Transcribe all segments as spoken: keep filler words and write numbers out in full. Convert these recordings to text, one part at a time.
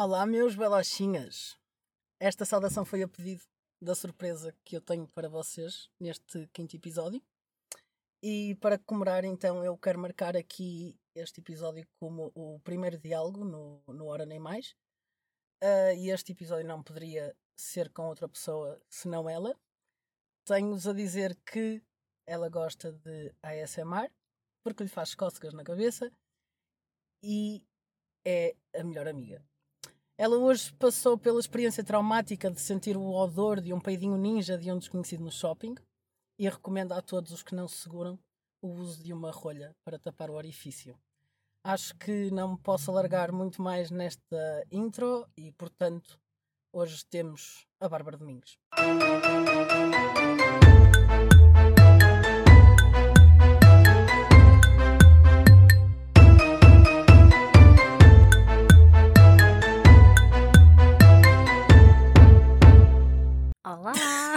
Olá, meus belochinhas. Esta saudação foi a pedido da surpresa que eu tenho para vocês neste quinto episódio. E para comemorar, então, eu quero marcar aqui este episódio como o primeiro diálogo no, no Hora Nem Mais. Uh, e este episódio não poderia ser com outra pessoa senão ela. Tenho-vos a dizer que ela gosta de A S M R porque lhe faz cócegas na cabeça e é a melhor amiga. Ela hoje passou pela experiência traumática de sentir o odor de um peidinho ninja de um desconhecido no shopping e recomenda a todos os que não se seguram o uso de uma rolha para tapar o orifício. Acho que não me posso alargar muito mais nesta intro e, portanto, hoje temos a Bárbara Domingos. Olá!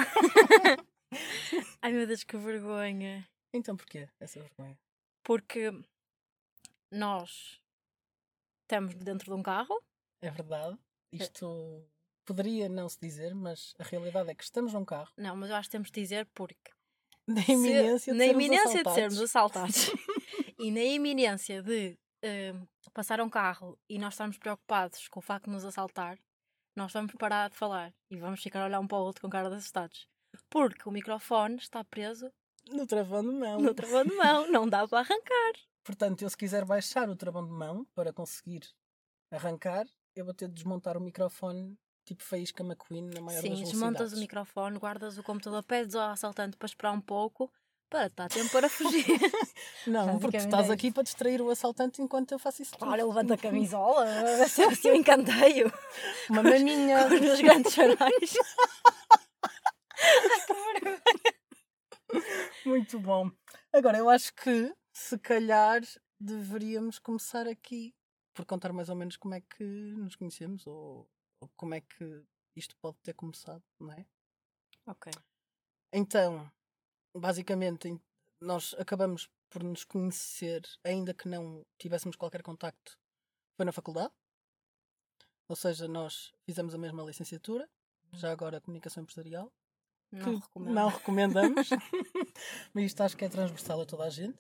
Ai meu Deus, que vergonha! Então porquê essa vergonha? Porque nós estamos dentro de um carro. É verdade. Isto poderia não se dizer, mas a realidade é que estamos num carro. Não, mas eu acho que temos de dizer porque Na iminência, se, de, na sermos iminência de assaltados. sermos assaltados e na iminência de uh, passar um carro e nós estarmos preocupados com o facto de nos assaltar, nós vamos parar de falar e vamos ficar a olhar um para o outro com cara de assustados. Porque o microfone está preso no travão de mão. No travão de mão, não dá para arrancar. Portanto, eu se quiser baixar o travão de mão para conseguir arrancar, eu vou ter de desmontar o microfone tipo Faísca McQueen na maior Sim, das velocidades. Sim, desmontas o microfone, guardas o computador, pedes ao assaltante para esperar um pouco para te dar tempo para fugir. Não, porque tu estás aqui para distrair o assaltante enquanto eu faço isso tudo. Olha, levanta a camisola, vai ser assim um encanteio. Uma maminha. Com os meus grandes faróis. Ai, que vergonha. Muito bom. Agora, eu acho que, se calhar, deveríamos começar aqui por contar mais ou menos como é que nos conhecemos ou, ou como é que isto pode ter começado, não é? Ok. Então, basicamente, nós acabamos por nos conhecer, ainda que não tivéssemos qualquer contacto, foi na faculdade. Ou seja, nós fizemos a mesma licenciatura, já agora a Comunicação Empresarial. Não, que recomendo. não recomendamos. Mas isto acho que é transversal a toda a gente.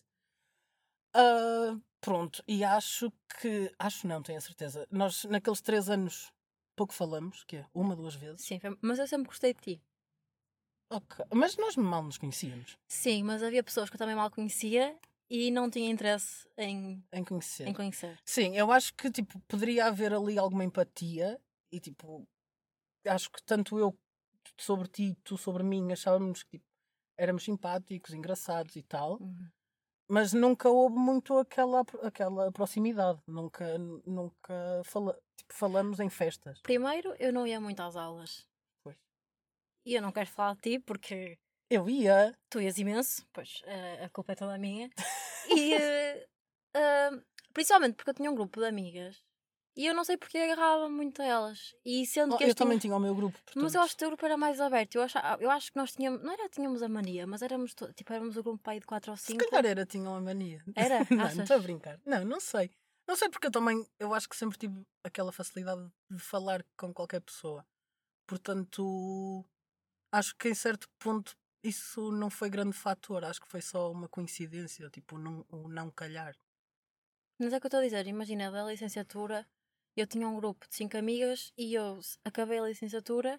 Uh, pronto, e acho que... Acho não, tenho a certeza. Nós, naqueles três anos, pouco falamos, que é uma, duas vezes. Sim, mas eu sempre gostei de ti. Ok, mas nós mal nos conhecíamos. Sim, mas havia pessoas que eu também mal conhecia e não tinha interesse em, em, conhecer. em conhecer. Sim, eu acho que tipo, poderia haver ali alguma empatia e tipo, acho que tanto eu sobre ti, tu sobre mim, achávamos que tipo, éramos simpáticos, engraçados e tal, uhum. Mas nunca houve muito aquela, aquela proximidade, nunca, nunca fala, tipo, falamos em festas. Primeiro, eu não ia muito às aulas. Pois. E eu não quero falar de ti porque... Eu ia. Tu ias imenso, pois uh, a culpa é toda minha. E uh, uh, principalmente porque eu tinha um grupo de amigas e eu não sei porque agarrava muito a elas. E sendo oh, que eu este também tinha... tinha o meu grupo. Portanto... Mas eu acho que o teu grupo era mais aberto. Eu acho, eu acho que nós tínhamos, não era tínhamos a mania, mas éramos, to... tipo, éramos o grupo pai de quatro ou cinco. Se calhar era, tinham a mania. Era? Não, Achas? não estou a brincar. Não, não sei. Não sei porque eu também, eu acho que sempre tive aquela facilidade de falar com qualquer pessoa. Portanto, acho que em certo ponto isso não foi grande fator. Acho que foi só uma coincidência, tipo, não, o não calhar. Mas é o que eu estou a dizer, imagina, da licenciatura, eu tinha um grupo de cinco amigas e eu acabei a licenciatura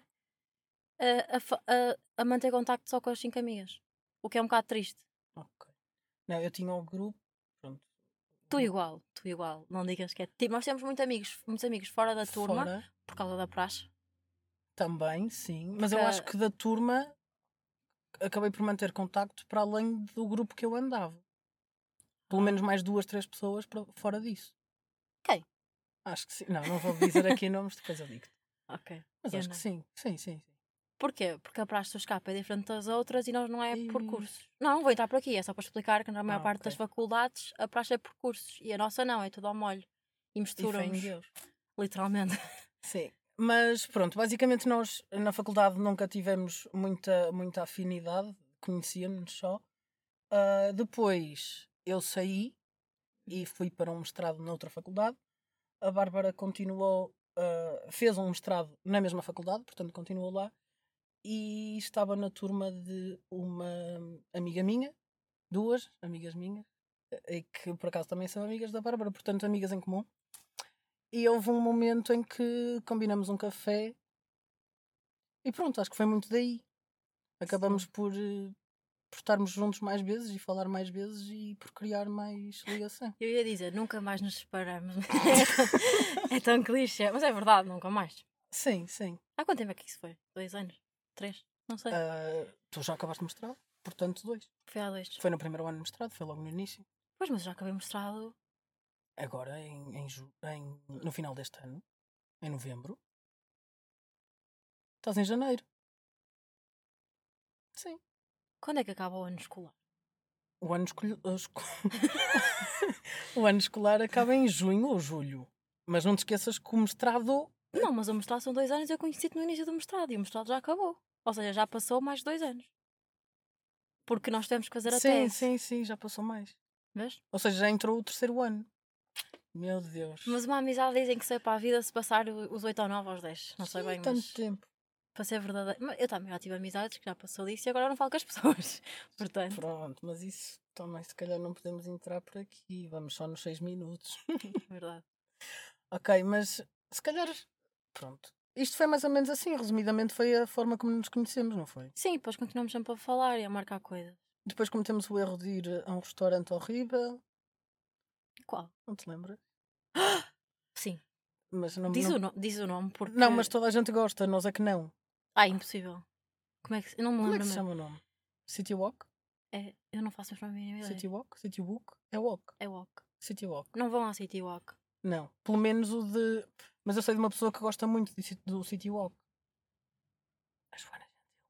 a, a, a, a manter contacto só com as cinco amigas. O que é um bocado triste. Ok. Não, eu tinha um grupo, pronto. Tu igual, tu igual. Não digas que é. Tipo, nós temos muitos amigos, muitos amigos fora da turma, Fora. por causa da praxe. Também, sim. Mas Porque... eu acho que da turma acabei por manter contacto para além do grupo que eu andava. Pelo ah. menos mais duas, três pessoas para, fora disso. Quem? Acho que sim. Não, não vou dizer aqui nomes, depois eu digo. Ok. Mas eu acho não. que sim. Sim, sim, sim. Porquê? Porque a praxe do escape é diferente das outras e nós não é e... por cursos. Não, vou entrar por aqui. É só para explicar que na maior ah, parte okay. das faculdades a praxe é por cursos. E a nossa não, é tudo ao molho. E misturamos. E Deus. Literalmente. Sim. Mas pronto, basicamente nós na faculdade nunca tivemos muita, muita afinidade. Conhecíamos só. Uh, depois eu saí e fui para um mestrado noutra faculdade. A Bárbara continuou uh, fez um mestrado na mesma faculdade, portanto continuou lá, e estava na turma de uma amiga minha, duas amigas minhas, e que por acaso também são amigas da Bárbara, portanto amigas em comum. E houve um momento em que combinamos um café e pronto, acho que foi muito daí. Acabamos Sim. por, eh, por estarmos juntos mais vezes e falar mais vezes e por criar mais ligação. Eu ia dizer, nunca mais nos separamos. é, tão, é tão clichê, mas é verdade, nunca mais. Sim, sim. Há quanto tempo é que isso foi? Dois anos? Três? Não sei. Ah, tu já acabaste de mestrado, portanto dois. Foi há dois. Foi no primeiro ano de mestrado, foi logo no início. Pois, mas já acabei mostrado. Agora, em, em, ju- em- no final deste ano, em novembro, estás em janeiro. Sim. Quando é que acaba o ano escolar? O ano, escol- o esco- o ano escolar acaba em junho ou julho. Mas não te esqueças que o mestrado. Não, mas o mestrado são dois anos e eu conheci-te no início do mestrado e o mestrado já acabou. Ou seja, já passou mais de dois anos. Porque nós temos que fazer a Sim, tese. sim, sim, já passou mais. Vês? Ou seja, já entrou o terceiro ano. Meu Deus. Mas uma amizade dizem que se é para a vida se passar o- os oito ou nove aos dez. Não sei Sim, bem, tanto mas tempo. para ser verdadeiro. Mas eu também já tive amizades que já passou disso e agora não falo com as pessoas. Portanto, Pronto, mas isso também se calhar não podemos entrar por aqui. Vamos só nos seis minutos. verdade. Ok, mas se calhar. Pronto. Isto foi mais ou menos assim. Resumidamente foi a forma como nos conhecemos, não foi? Sim, depois continuamos sempre a falar e a marcar coisas. Depois cometemos o erro de ir a um restaurante horrível. Qual? Não te lembras? Sim. Mas não, Diz, não... O, no... Diz o nome porque. não, mas toda a gente gosta, nós é que não. Ah, impossível. Como é que. Eu não me Como é lembro que se mesmo. chama o nome? City Walk? É, eu não faço a mínima ideia. City Walk? City Walk? É Walk. É walk. City Walk. Não vão ao City Walk. Não. Pelo menos o de. Mas eu sei de uma pessoa que gosta muito de ci- do City Walk. A Joana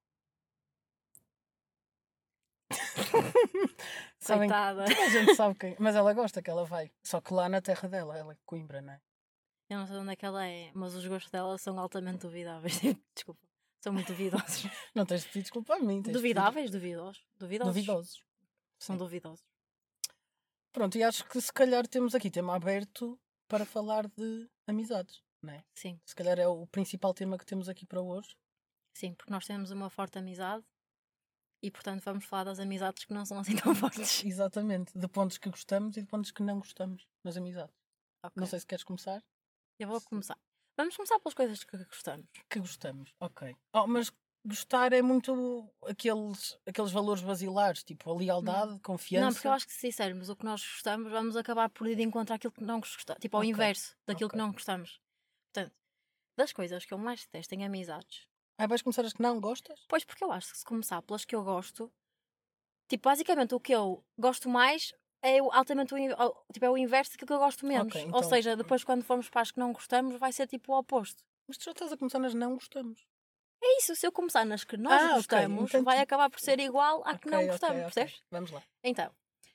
Sabem, Coitada. toda a gente sabe quem. Mas ela gosta que ela vai. Só que lá na terra dela, ela é Coimbra, não é? Eu não sei de onde é que ela é, mas os gostos dela são altamente duvidáveis. Desculpa. São muito duvidosos. Não tens de pedir desculpa a mim. Tens de pedir- Duvidáveis? Duvidosos. Duvidosos. Duvidosos. São Sim. duvidosos. Pronto, e acho que se calhar temos aqui tema aberto para falar de amizades, não é? Sim, Se calhar é o principal tema que temos aqui para hoje. sim, porque nós temos uma forte amizade e, portanto, vamos falar das amizades que não são assim tão fortes. Exatamente. De pontos que gostamos e de pontos que não gostamos nas amizades. Ok. Não sei se queres começar. Eu vou começar. Vamos começar pelas coisas que gostamos. Que gostamos, ok. Oh, mas gostar é muito aqueles, aqueles valores basilares, tipo a lealdade, confiança. Não, porque eu acho que se dissermos o que nós gostamos, vamos acabar por ir de encontro àquilo que não gostamos. Tipo, ao Ok, inverso daquilo ok. que não gostamos. Portanto, das coisas que eu mais detesto em amizades. Ah, vais começar as que não gostas? Pois, porque eu acho que se começar pelas que eu gosto, tipo, basicamente o que eu gosto mais é o, altamente o, in- o- tipo, é o inverso daquilo que eu gosto menos. Ok, Ou então- seja, depois quando formos para as que não gostamos, vai ser tipo o oposto. Mas tu já estás a começar nas não gostamos. É isso, se eu começar nas que nós Ah, ok, gostamos, então vai tu- acabar por ser igual à que Ok, não ok, gostamos, ok. percebes? Vamos lá. Então,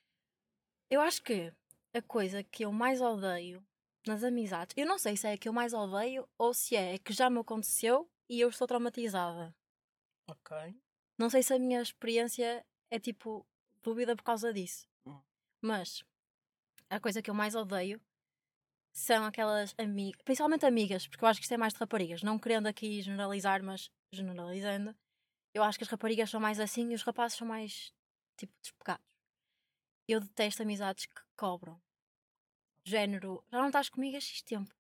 eu acho que a coisa que eu mais odeio nas amizades, eu não sei se é a que eu mais odeio ou se é a que já me aconteceu e eu estou traumatizada. Ok. Não sei se a minha experiência é tipo dúvida por causa disso. Hum. Mas a coisa que eu mais odeio são aquelas amigas, principalmente amigas, porque eu acho que isto é mais de raparigas. Não querendo aqui generalizar, mas generalizando, eu acho que as raparigas são mais assim e os rapazes são mais tipo despegados. Eu detesto amizades que cobram. Género, já não estás comigo há X tempo.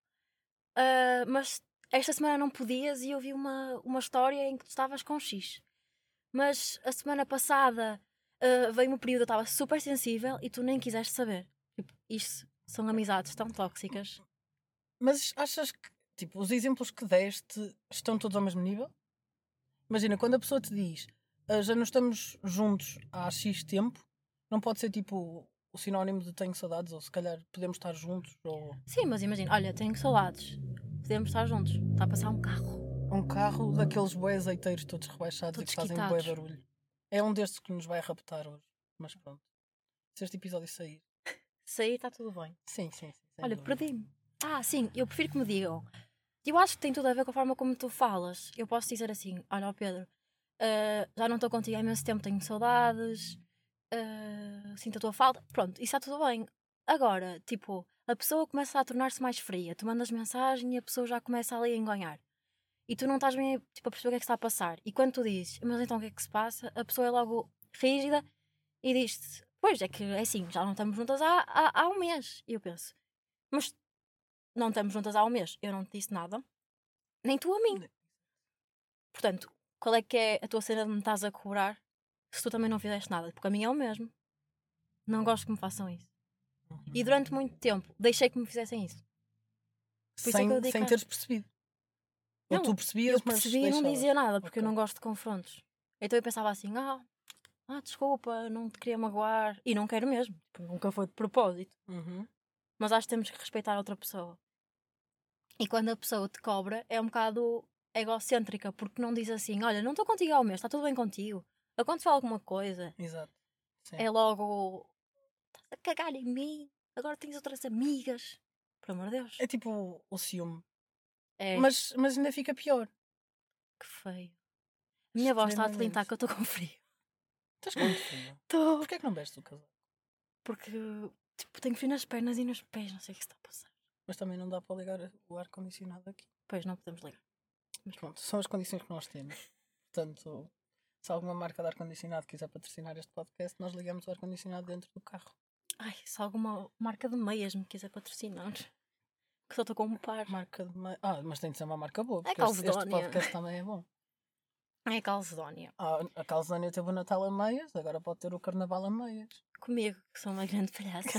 Ah, mas esta semana não podias e eu vi uma, uma história em que tu estavas com X. Mas a semana passada ah, veio um período, eu estava super sensível e tu nem quiseste saber. Tipo, isto são amizades tão tóxicas. Mas achas que, tipo, os exemplos que deste estão todos ao mesmo nível? Imagina, quando a pessoa te diz "Ah, já não estamos juntos há X tempo", não pode ser tipo o sinónimo de tenho saudades, ou se calhar podemos estar juntos, ou Sim, mas imagina, olha, tenho saudades. Podemos estar juntos. Está a passar um carro. um carro daqueles bué azeiteiros todos rebaixados Todos e que fazem bué quitados. barulho. É um destes que nos vai raptar hoje, mas pronto. Se este episódio sair. Sair está tudo bem. Sim, sim, sim. sem Olha, dúvida. perdi-me. Ah, sim, eu prefiro que me digam. Eu acho que tem tudo a ver com a forma como tu falas. Eu posso dizer assim: olha, ó Pedro, ah, já não estou contigo há imenso tempo, tenho saudades, ah, sinto a tua falta. Pronto, isso está tudo bem. Agora, tipo, a pessoa começa a tornar-se mais fria. Tu mandas mensagem e a pessoa já começa ali a engonhar. E tu não estás bem tipo, a perceber o que é que está a passar. E quando tu dizes, mas então o que é que se passa? A pessoa é logo rígida e diz-te, pois é que é assim, já não estamos juntas há, há, há um mês. E eu penso, mas não estamos juntas há um mês, eu não te disse nada, nem tu a mim. Portanto, qual é que é a tua cena de me estás a cobrar se tu também não fizeste nada? Porque a minha é o mesmo. Não gosto que me façam isso. E durante muito tempo deixei que me fizessem isso. Por isso sem, é que eu digo sem que- teres percebido. Ou Não, tu percebias, eu percebi e mas não deixavas. dizia nada, porque Ok. eu não gosto de confrontos. Então eu pensava assim, ah, ah, desculpa, não te queria magoar. E não quero mesmo, tipo, nunca foi de propósito. Uhum. Mas acho que temos que respeitar a outra pessoa. E quando a pessoa te cobra, é um bocado egocêntrica, porque não diz assim, olha, não estou contigo há um mês, está tudo bem contigo. Aconteceu alguma coisa, Exato. Sim. é logo, estás a cagar em mim, agora tens outras amigas. Por amor de Deus. É tipo o ciúme. É, Mas, mas ainda fica pior. que feio. A minha voz está a Extremamente. delintar que eu estou com frio. Estás com muito frio. Estou. Porquê é que não vestes o casaco? Porque, tipo, tenho frio nas pernas e nos pés, não sei o que está a passar. Mas também não dá para ligar o ar-condicionado aqui. Pois, não podemos ligar. Mas pronto, são as condições que nós temos. Portanto, se alguma marca de ar-condicionado quiser patrocinar este podcast, nós ligamos o ar-condicionado dentro do carro. Ai, se alguma marca de meias me quiser patrocinar, que só estou com um par. Marca de meia. Ah, mas tem de ser uma marca boa, É porque este, este Calcedónia. podcast também é bom. É Calcedónia. Ah, a Calzânia teve o Natal a meias, agora pode ter o Carnaval a meias. Comigo, que sou uma grande palhaça.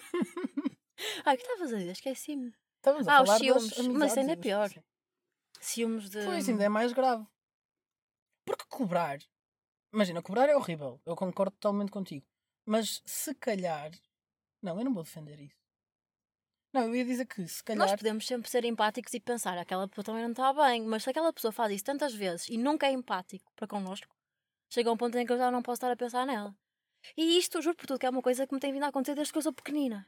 Ai, o que estavas a dizer? Esqueci-me. Estamos a Ah, os falar ciúmes. das Mas amizades ainda e é das- pior. sim. Ciúmes de. Pois, ainda é mais grave. Porque cobrar, imagina, cobrar é horrível, eu concordo totalmente contigo. Mas se calhar, não, eu não vou defender isso. Não, eu ia dizer que se Nós calhar, podemos sempre ser empáticos e pensar, aquela pessoa também não está bem, mas se aquela pessoa faz isso tantas vezes e nunca é empático para connosco, chega a um ponto em que eu já não posso estar a pensar nela. E isto, juro por tudo, que é uma coisa que me tem vindo a acontecer desde que eu sou pequenina.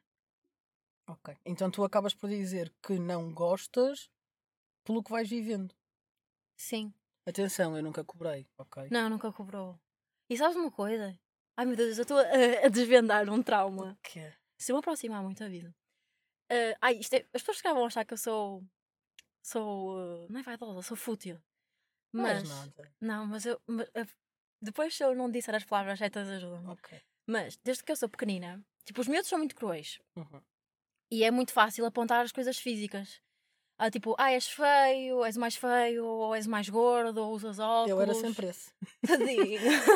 ok, então tu acabas por dizer que não gostas pelo que vais vivendo. Sim. Atenção, eu nunca cobrei, ok? Não, nunca cobrou. E sabes uma coisa? Ai meu Deus, eu estou a, a desvendar um trauma. Que é? Se eu me aproximar muito da vida. Ah, ai, isto é, as pessoas ficavam a achar que eu sou. Sou. ah, não é vaidosa, sou fútil. Não és Mas. nada. Não, mas eu. mas, ah, depois, se eu não disser as palavras certas, ajuda-me. Ok. Mas, desde que eu sou pequenina, tipo, os miúdos são muito cruéis. Uhum. E é muito fácil apontar as coisas físicas. Ah, tipo, ah, és feio, és mais feio, ou és mais gordo, ou usas óculos. Eu era sempre esse. Tadinho.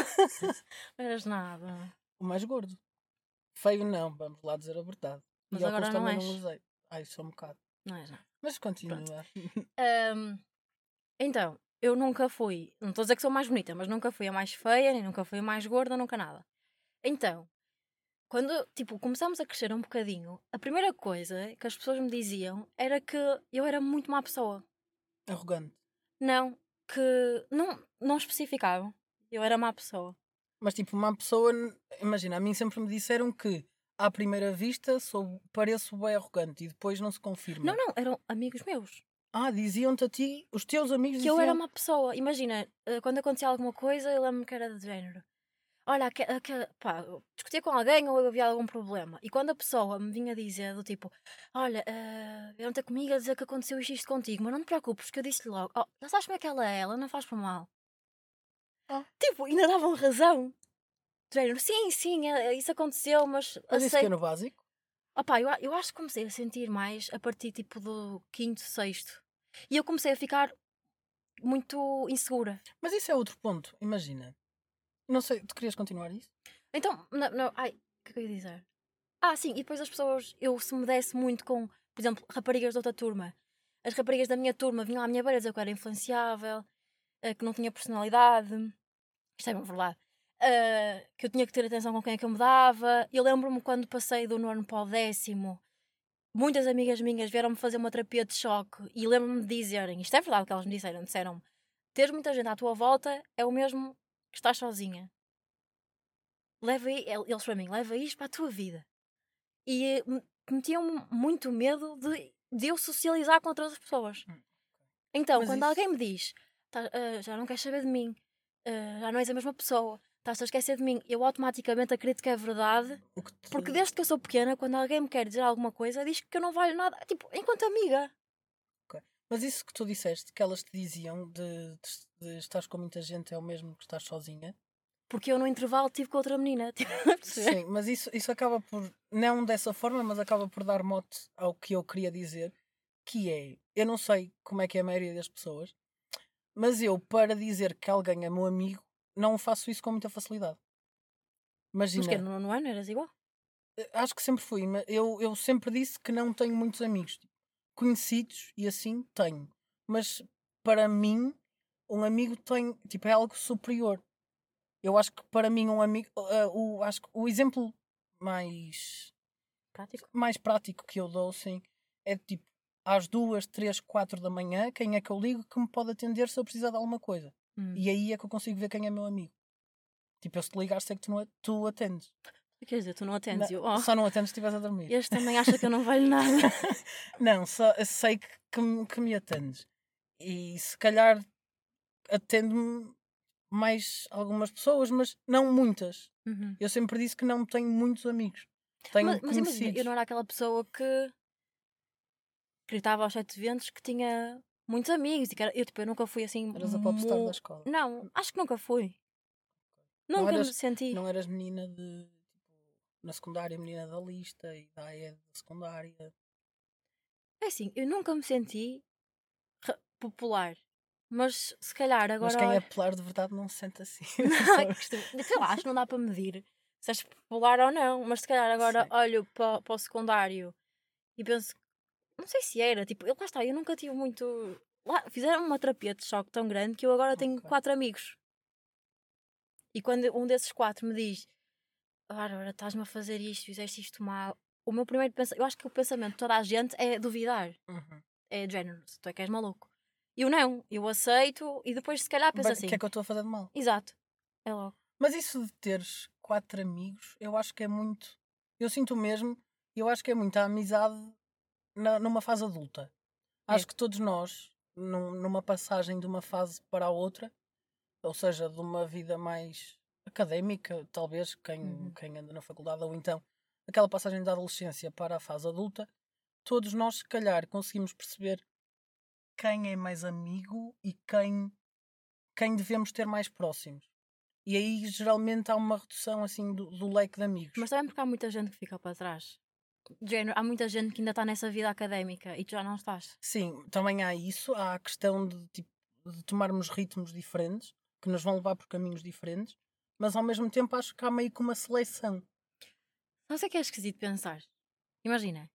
Não eras nada. O mais gordo. Feio não, vamos lá dizer a verdade. Mas E óculos agora não também és. não usei. Ai, só um bocado. Não és nada. Mas continua. Ahm, então, eu nunca fui, não estou a dizer que sou mais bonita, mas nunca fui a mais feia, nem nunca fui a mais gorda, nunca nada. Então, quando, tipo, começámos a crescer um bocadinho, a primeira coisa que as pessoas me diziam era que eu era muito má pessoa. Arrogante. Não, que não, não especificavam. Eu era má pessoa. Mas tipo, uma pessoa, imagina, a mim sempre me disseram que à primeira vista sou, pareço bem arrogante e depois não se confirma. Não, não, eram amigos meus. Ah, diziam-te a ti, os teus amigos Que eu diziam... era má pessoa. Imagina, eh, quando acontecia alguma coisa, eu lembro-me que era de género. Olha, aque- aque- pá, eu discutia com alguém ou eu havia algum problema. E quando a pessoa me vinha dizer do tipo, olha, uh, eu não tenho comigo a dizer que aconteceu isto, isto contigo, mas não te preocupes, que eu disse-lhe logo, oh, já sabes como é que ela é, ela não faz por mal. Ah. Tipo, ainda davam razão. De género, sim, sim, é- isso aconteceu, mas Mas isso que é aceito. no básico? Opá, eu, a- eu acho que comecei a sentir mais a partir tipo do quinto, sexto. E eu comecei a ficar muito insegura. Mas isso é outro ponto, imagina. Não sei, tu querias continuar isso? Então, não, não, ai, o que é que eu ia dizer? Ah, sim, e depois as pessoas, eu se me desse muito com, por exemplo, raparigas de outra turma. As raparigas da minha turma vinham à minha beira dizer que eu era influenciável, eh, que não tinha personalidade, isto é uma verdade, eh, que eu tinha que ter atenção com quem é que eu me dava. Eu lembro-me quando passei do nono para o décimo, muitas amigas minhas vieram-me fazer uma terapia de choque e lembro-me de dizerem, isto é verdade o que elas me disseram, disseram-me, teres muita gente à tua volta é o mesmo que estás sozinha. Leva, i- eles para mim, leva isto para a tua vida. E eh, me- metiam-me muito medo de, de eu socializar com outras pessoas. Hum, Então, Mas quando isso- alguém me diz, "Tá, ah, já não queres saber de mim, ah, já não és a mesma pessoa, estás a esquecer de mim. Eu automaticamente acredito que é verdade, O que te- porque desde que eu sou pequena, quando alguém me quer dizer alguma coisa, diz que eu não valho nada. Tipo, enquanto amiga. Ok. Mas isso que tu disseste, que elas te diziam de, de, de estares com muita gente é o mesmo que estás sozinha. Porque eu no intervalo estive com outra menina. Tipo, a perceber? Sim, mas isso, isso acaba por, não dessa forma, mas acaba por dar mote ao que eu queria dizer, que é, eu não sei como é que é a maioria das pessoas, mas eu, para dizer que alguém é meu amigo, não faço isso com muita facilidade. Mas que Imagina, no, no ano eras igual? eh, acho que sempre fui, mas eu, eu sempre disse que não tenho muitos amigos. Tipo, conhecidos e assim tenho. Mas para mim, um amigo tem, tipo, é algo superior. Eu acho que para mim um amigo, eh, o, acho que o exemplo mais, Prático. mais prático que eu dou, sim, é tipo, às duas, três, quatro da manhã, quem é que eu ligo que me pode atender se eu precisar de alguma coisa? Hum. E aí é que eu consigo ver quem é meu amigo. Tipo, eu se te ligar sei que tu, não, a- tu atendes. Quer dizer, tu não atendes. Não, Eu, oh, só não atendes se estiveres a dormir. este também acha que eu não valho nada. Não, só sei que, que, me- que me atendes. E se calhar atendo-me mais algumas pessoas, mas não muitas. Uhum. Eu sempre disse que não tenho muitos amigos. Tenho Mas, mas imagina, conhecidos. eu não era aquela pessoa que gritava aos sete ventos que tinha muitos amigos e que era, eu, tipo, eu nunca fui assim. Eras a popstar da mu... escola. Não, acho que nunca fui. Não Nunca me eras, senti. não eras menina de. Tipo, na secundária, menina da lista e da A E da secundária. É assim, eu nunca me senti re- popular. Mas se calhar Mas agora quem é olho. popular de verdade não se sente assim. Não, é que isto- sei lá, acho que não dá para medir se és popular ou não. Mas se calhar agora Sim. olho para, para o secundário e penso, não sei se era, tipo, eu, lá está, eu nunca tive muito. Lá, fizeram uma terapia de choque tão grande que eu agora tenho Ok. quatro amigos. E quando um desses quatro me diz, Bárbara, estás-me a fazer isto, fizeste isto mal. O meu primeiro pensamento, eu acho que o pensamento de toda a gente é duvidar. Uhum. É de género, se tu é que és maluco. Eu não, eu aceito e depois se calhar penso Bem, o que é assim, que eu estou a fazer de mal? exato, é logo. Mas isso de teres quatro amigos, eu acho que é muito. Eu sinto mesmo, eu acho que é muito a amizade na- numa fase adulta. É. Acho que todos nós, num- numa passagem de uma fase para a outra, ou seja, de uma vida mais académica, talvez, quem, Uhum. quem anda na faculdade, ou então aquela passagem da adolescência para a fase adulta, todos nós, se calhar, conseguimos perceber quem é mais amigo e quem, quem devemos ter mais próximos. E aí, geralmente, há uma redução assim do, do leque de amigos. Mas também porque há muita gente que fica para trás. De género, há muita gente que ainda está nessa vida académica e tu já não estás. Sim, também há isso, há a questão de, tipo, de tomarmos ritmos diferentes, que nos vão levar por caminhos diferentes, mas ao mesmo tempo acho que há meio que uma seleção. Não sei o que é esquisito pensar. Imagina,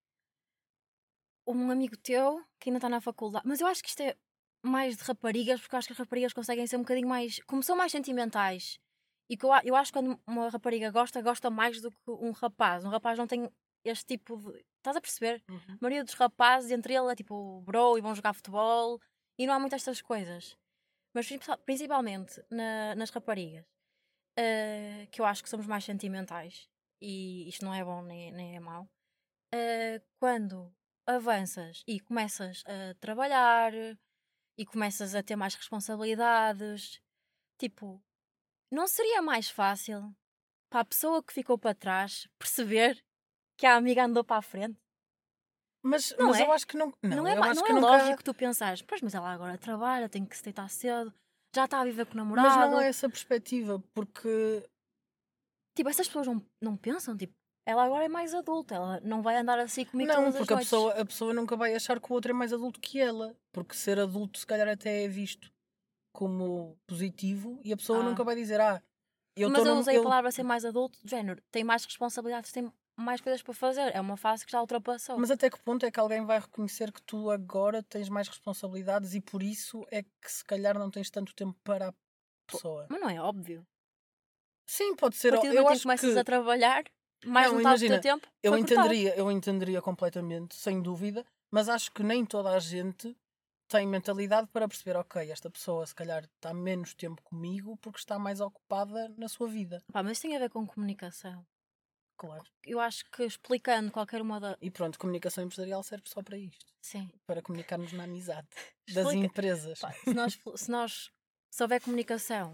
um amigo teu que ainda está na faculdade, mas eu acho que isto é mais de raparigas, porque eu acho que as raparigas conseguem ser um bocadinho mais. Como são mais sentimentais. E que eu, a- eu acho que quando uma rapariga gosta, gosta mais do que um rapaz. Um rapaz não tem este tipo de. Estás a perceber? A Uhum. maioria dos rapazes, entre ele, é tipo bro e vão jogar futebol e não há muitas estas coisas. Mas principal- principalmente na- nas raparigas, eh, que eu acho que somos mais sentimentais, e isto não é bom nem, nem é mau. eh, quando avanças e começas a trabalhar e começas a ter mais responsabilidades, tipo, não seria mais fácil para a pessoa que ficou para trás perceber que a amiga andou para a frente? Mas, Não mas eu é? acho que não. Não Não, é, eu ma- acho não que é nunca. lógico tu pensares, pois, mas ela agora trabalha, tem que se deitar cedo, já está a viver com o Mas não há namorado. essa perspectiva, porque. Tipo, essas pessoas não, não pensam, tipo, ela agora é mais adulta, ela não vai andar assim comigo Não, todas as porque a noites. pessoa, a pessoa nunca vai achar que o outro é mais adulto que ela. Porque ser adulto, se calhar, até é visto como positivo e a pessoa Ah. nunca vai dizer, ah, eu Mas estou eu num. usei a Eu... palavra ser mais adulto, de género, tem mais responsabilidades, tem mais coisas para fazer. É uma fase que já ultrapassou. Mas até que ponto é que alguém vai reconhecer que tu agora tens mais responsabilidades e por isso é que se calhar não tens tanto tempo para a Pô, pessoa? mas não é óbvio. Sim, pode A ser. partir do Eu momento em que acho começas a que. trabalhar, mais de Não, metade do teu imagina, tempo eu foi cortado. entenderia, eu entenderia completamente, sem dúvida, mas acho que nem toda a gente tem mentalidade para perceber, ok, esta pessoa se calhar está menos tempo comigo porque está mais ocupada na sua vida. Pá, mas isso tem a ver com comunicação. Claro. Eu acho que explicando qualquer uma da. E pronto, comunicação empresarial serve só para isto. Sim. Para comunicarmos na amizade das Explica. empresas. Pá, se nós, se nós. Se houver comunicação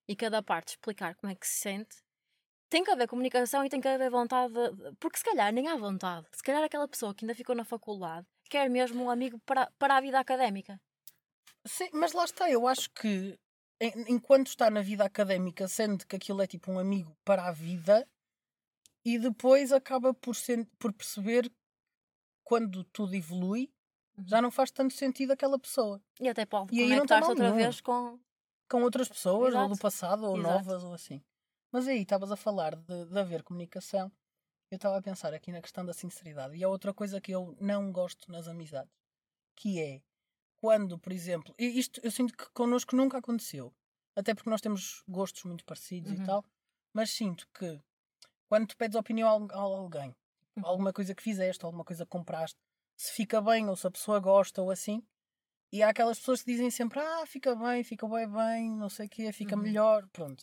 e cada parte explicar como é que se sente, tem que haver comunicação e tem que haver vontade. De... Porque se calhar nem há vontade. Se calhar aquela pessoa que ainda ficou na faculdade quer mesmo um amigo para, para a vida académica. Sim, mas lá está, eu acho que en- enquanto está na vida académica, sente que aquilo é tipo um amigo para a vida e depois acaba por, sen- por perceber quando tudo evolui, já Uhum. não faz tanto sentido aquela pessoa. E até pode E aí não tem conectar-se mal outra nenhum vez com. com outras pessoas, ou do Exato. passado, ou Exato. novas, ou assim. Mas aí estavas a falar de, de haver comunicação. Eu estava a pensar aqui na questão da sinceridade. E há outra coisa que eu não gosto nas amizades, que é quando, por exemplo, e isto eu sinto que connosco nunca aconteceu, até porque nós temos gostos muito parecidos e Uhum. tal, mas sinto que quando tu pedes opinião a al- a alguém, Uhum. alguma coisa que fizeste, alguma coisa que compraste, se fica bem ou se a pessoa gosta ou assim, e há aquelas pessoas que dizem sempre, ah, fica bem, fica bem, bem, não sei o quê, fica Uhum. melhor, pronto.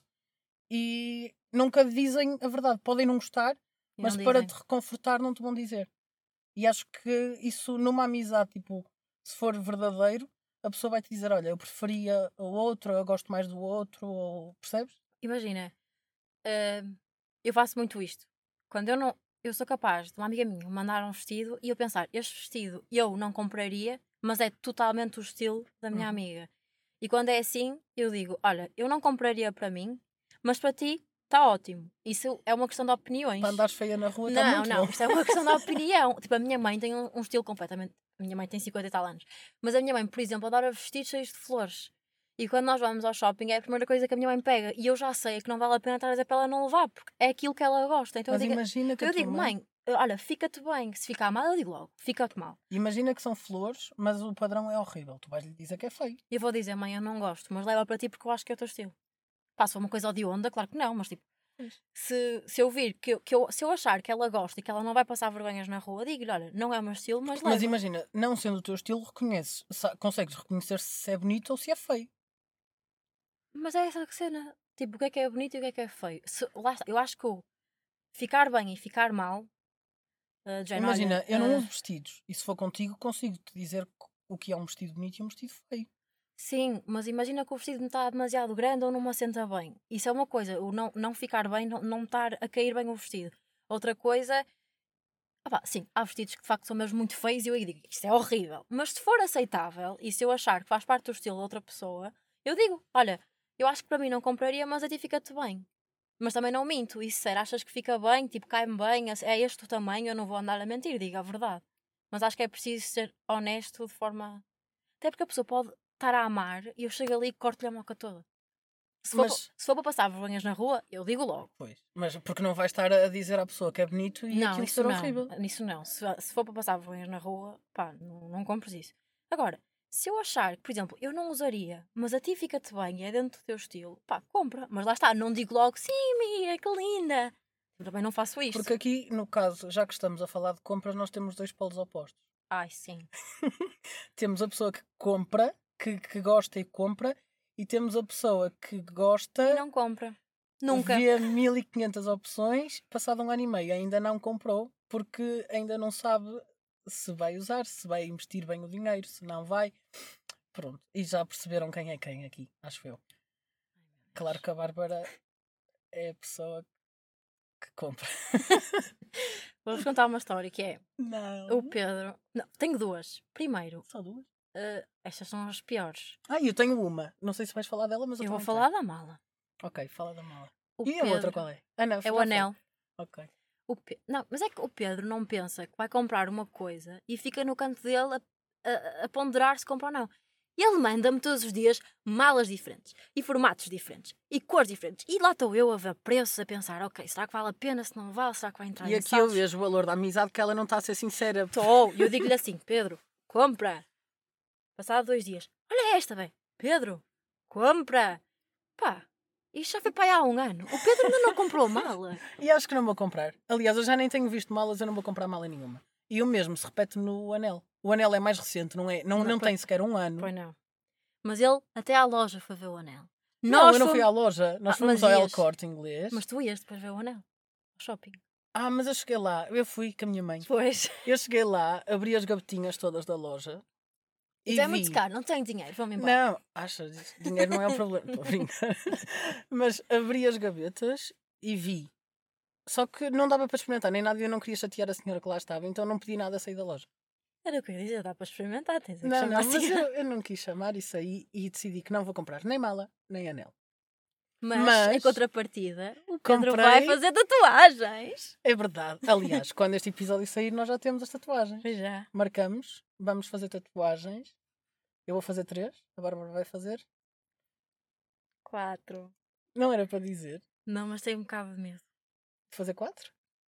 E nunca dizem a verdade, podem não gostar, E mas não para dizem. te reconfortar não te vão dizer. E acho que isso numa amizade, tipo, se for verdadeiro, a pessoa vai te dizer, olha, eu preferia o outro, eu gosto mais do outro, ou percebes? Imagina, eh, eu faço muito isto. Quando eu não. Eu sou capaz de uma amiga minha mandar um vestido e eu pensar, este vestido eu não compraria, mas é totalmente o estilo da minha Uhum. amiga. E quando é assim, eu digo, olha, eu não compraria para mim, mas para ti está ótimo. Isso é uma questão de opiniões. Para andares feia na rua está Não, muito não, bom. isto é uma questão de opinião. Tipo, a minha mãe tem um, um estilo completamente. A minha mãe tem cinquenta e tal anos. Mas a minha mãe, por exemplo, adora vestidos cheios de flores. E quando nós vamos ao shopping é a primeira coisa que a minha mãe pega. E eu já sei que não vale a pena estar a dizer para ela não levar, porque é aquilo que ela gosta. Então Mas eu digo, imagina que a eu tua digo mãe... mãe, olha, fica-te bem. Se ficar mal, eu digo logo, fica-te mal. Imagina que são flores, mas o padrão é horrível. Tu vais lhe dizer que é feio. E eu vou dizer, mãe, eu não gosto, mas leva para ti porque eu acho que é o teu estilo. Pá, se for uma coisa de onda, claro que não, mas tipo, Pois. se, se eu vir que, eu- que eu, se eu achar que ela gosta e que ela não vai passar vergonhas na rua, digo-lhe, olha, não é o meu estilo, mas leva. Mas imagina, não sendo o teu estilo, reconheces, sa- consegues reconhecer se é bonito ou se é feio. Mas é essa cena. Tipo, o que é que é bonito e o que é que é feio? Se- lá está, eu acho que o ficar bem e ficar mal, uh, de género, olha, Imagina, eu não uh, uso vestidos. E se for contigo, consigo-te dizer o que é um vestido bonito e um vestido feio. sim, mas imagina que o vestido me está demasiado grande ou não me assenta bem. Isso é uma coisa, o não, não ficar bem, não, não me estar a cair bem o vestido. Outra coisa, opá, sim, há vestidos que de facto são mesmo muito feios e eu aí digo, isto é horrível. Mas se for aceitável e se eu achar que faz parte do estilo de outra pessoa, eu digo, olha, eu acho que para mim não compraria, mas a ti fica-te bem. Mas também não minto. E se disser, achas que fica bem, tipo, cai-me bem, é este o tamanho, eu não vou andar a mentir, digo a verdade. Mas acho que é preciso ser honesto de forma. Até porque a pessoa pode estar a amar e eu chego ali e corto-lhe a moca toda. Se for, pa- Mas, se for para passar vergonhas na rua, eu digo logo. pois, mas porque não vais estar a dizer à pessoa que é bonito e Não, aquilo isso ser não. horrível. Isso não. Se, se for para passar vergonhas na rua, pá, não, não compres isso. Agora, se eu achar que, por exemplo, eu não usaria, mas a ti fica-te bem e é dentro do teu estilo, pá, compra. Mas lá está, não digo logo, sim, Mia, que linda. Eu também não faço isto. Porque aqui, no caso, já que estamos a falar de compras, nós temos dois polos opostos. Ai, sim. Temos a pessoa que compra, que, que gosta e compra, e temos a pessoa que gosta, E não compra. Nunca. vê mil e quinhentas opções, passado um ano e meio ainda não comprou, porque ainda não sabe se vai usar, se vai investir bem o dinheiro, se não vai. Pronto, e já perceberam quem é quem aqui, acho eu. Claro que a Bárbara é a pessoa que compra. Vou-vos contar uma história que é o Não. Pedro. Não, tenho duas. Primeiro, Só duas? eh, estas são as piores. Ah, eu tenho uma. Não sei se vais falar dela, mas eu, Eu vou também falar tenho. da mala. Ok, fala da mala. O E a outra Pedro qual é? Ah, não, é já o foi. anel. Ok. O Pe- Não, mas é que o Pedro não pensa que vai comprar uma coisa e fica no canto dele a, a, a ponderar se compra ou não. Ele manda-me todos os dias malas diferentes e formatos diferentes e cores diferentes. E lá estou eu a ver preços, a pensar, ok, será que vale a pena? Se não vale, será que vai entrar E em aqui eu saldos? vejo o valor da amizade que ela não está a ser sincera. Estou. E eu digo-lhe assim, Pedro, compra. Passado dois dias, olha esta, bem. Pedro, compra. Pá, isto já foi para aí há um ano. O Pedro ainda não comprou mala. E acho que não vou comprar. Aliás, eu já nem tenho visto malas, eu não vou comprar mala nenhuma. E o mesmo se repete no anel. O anel é mais recente, não é? Não, Não, não pois- tem sequer um ano. Pois não. Mas ele até à loja foi ver o anel. Não, Nós eu não fui fomos- à loja. Nós Ah, fomos mas ao El ias. Corte Inglês. Mas tu ias depois ver o anel. Ao shopping. Ah, mas eu cheguei lá. Eu fui com a minha mãe. Pois. Eu cheguei lá, abri as gavetinhas todas da loja E Então é muito vi. caro, não tenho dinheiro, vamos embora. Não, achas? Isso? Dinheiro não é o problema. Estou a brincar. Mas abri as gavetas e vi. Só que não dava para experimentar nem nada e eu não queria chatear a senhora que lá estava, então não pedi nada a sair da loja. Era o que eu ia dizer, dá para experimentar, tens a que Não, chamar não, a mas senhora. eu, eu não quis chamar isso aí e decidi que não vou comprar nem mala, nem anel. Mas, Mas- em contrapartida, o Pedro Comprei- vai fazer tatuagens. É verdade. Aliás, quando este episódio sair, nós já temos as tatuagens. Pois já. Marcamos, vamos fazer tatuagens. Eu vou fazer três, a Bárbara vai fazer. Quatro. Não era para dizer. Não, mas tenho um bocado de medo. Fazer quatro?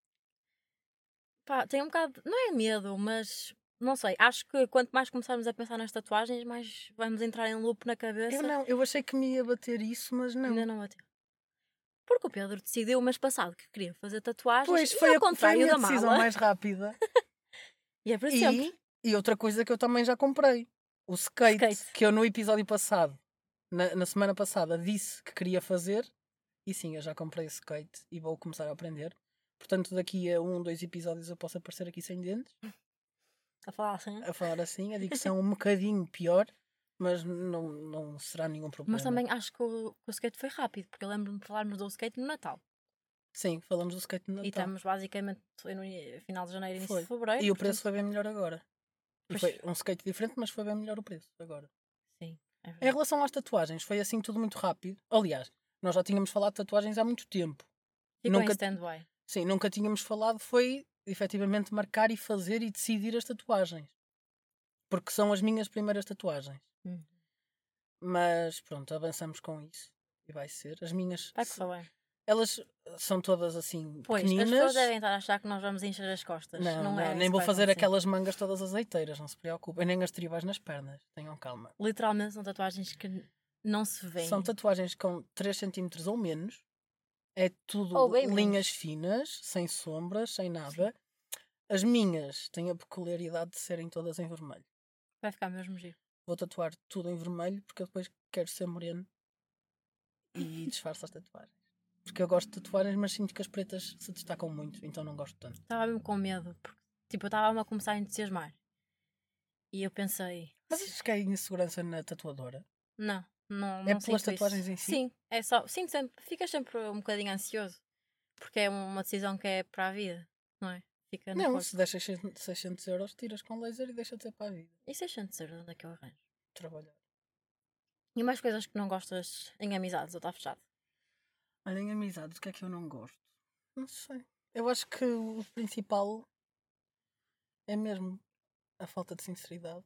Pá, tenho um bocado, não é medo, mas não sei. Acho que quanto mais começarmos a pensar nas tatuagens, mais vamos entrar em loop na cabeça. Eu não, eu achei que me ia bater isso, mas não. Ainda não bateu. Porque o Pedro decidiu o mês passado que queria fazer tatuagens Pois e foi ao a, foi a contrário minha da decisão mala. mais rápida. E é para sempre. E, e outra coisa que eu também já comprei. O skate, Skate. que eu no episódio passado, na, na semana passada, disse que queria fazer. E sim, eu já comprei o skate e vou começar a aprender. Portanto, daqui a um, dois episódios eu posso aparecer aqui sem dentes, A falar assim. a falar assim. A dicção um bocadinho pior, mas não, não será nenhum problema. Mas também acho que o, que o skate foi rápido, porque eu lembro-me de falarmos do skate no Natal. Sim, falamos do skate no E Natal. estamos basicamente no i- final de janeiro, início Foi. de fevereiro. E o preço portanto- foi bem melhor agora. E Pois. foi um skate diferente, mas foi bem melhor o preço agora. Sim, é Em verdade. relação às tatuagens, foi assim tudo muito rápido. Aliás, nós já tínhamos falado de tatuagens há muito tempo. Ficou nunca- em stand-by. Sim, nunca tínhamos falado, foi efetivamente marcar e fazer e decidir as tatuagens. Porque são as minhas primeiras tatuagens. Hum. Mas pronto, avançamos com isso. E vai ser. As minhas. Vai correr bem. Elas são todas assim Pois, pequeninas. as pessoas devem estar a achar que nós vamos encher as costas. Não, Não, não, é nem isso vou que vai fazer acontecer. aquelas mangas todas azeiteiras, não se preocupem. Nem as tribais nas pernas. Tenham calma. Literalmente são tatuagens que n- não se veem. São tatuagens com três centímetros ou menos. É tudo Ou bem linhas menos. finas, sem sombras, sem nada. As minhas têm a peculiaridade de serem todas em vermelho. Vai ficar mesmo giro. Vou tatuar tudo em vermelho porque eu depois quero ser moreno e disfarço as tatuagens. Porque eu gosto de tatuagens, mas sinto que as pretas se destacam muito, então não gosto tanto. Estava mesmo com medo. Porque, tipo, eu estava-me a começar a entusiasmar. E eu pensei... Mas achas que há insegurança na tatuadora? Não, não, É não pelas sinto tatuagens isso. em si? Sim, é só... Sim, sempre, ficas sempre um bocadinho ansioso. Porque é uma decisão que é para a vida, não é? Fica no Não, corpo. se der seiscentos euros, tiras com laser e deixa de ser para a vida. E seiscentos euros, onde é que eu arranjo? Trabalhar. E mais coisas que não gostas em amizades ou está fechado? Olha, em amizades, o que é que eu não gosto? Não sei. Eu acho que o principal é mesmo a falta de sinceridade.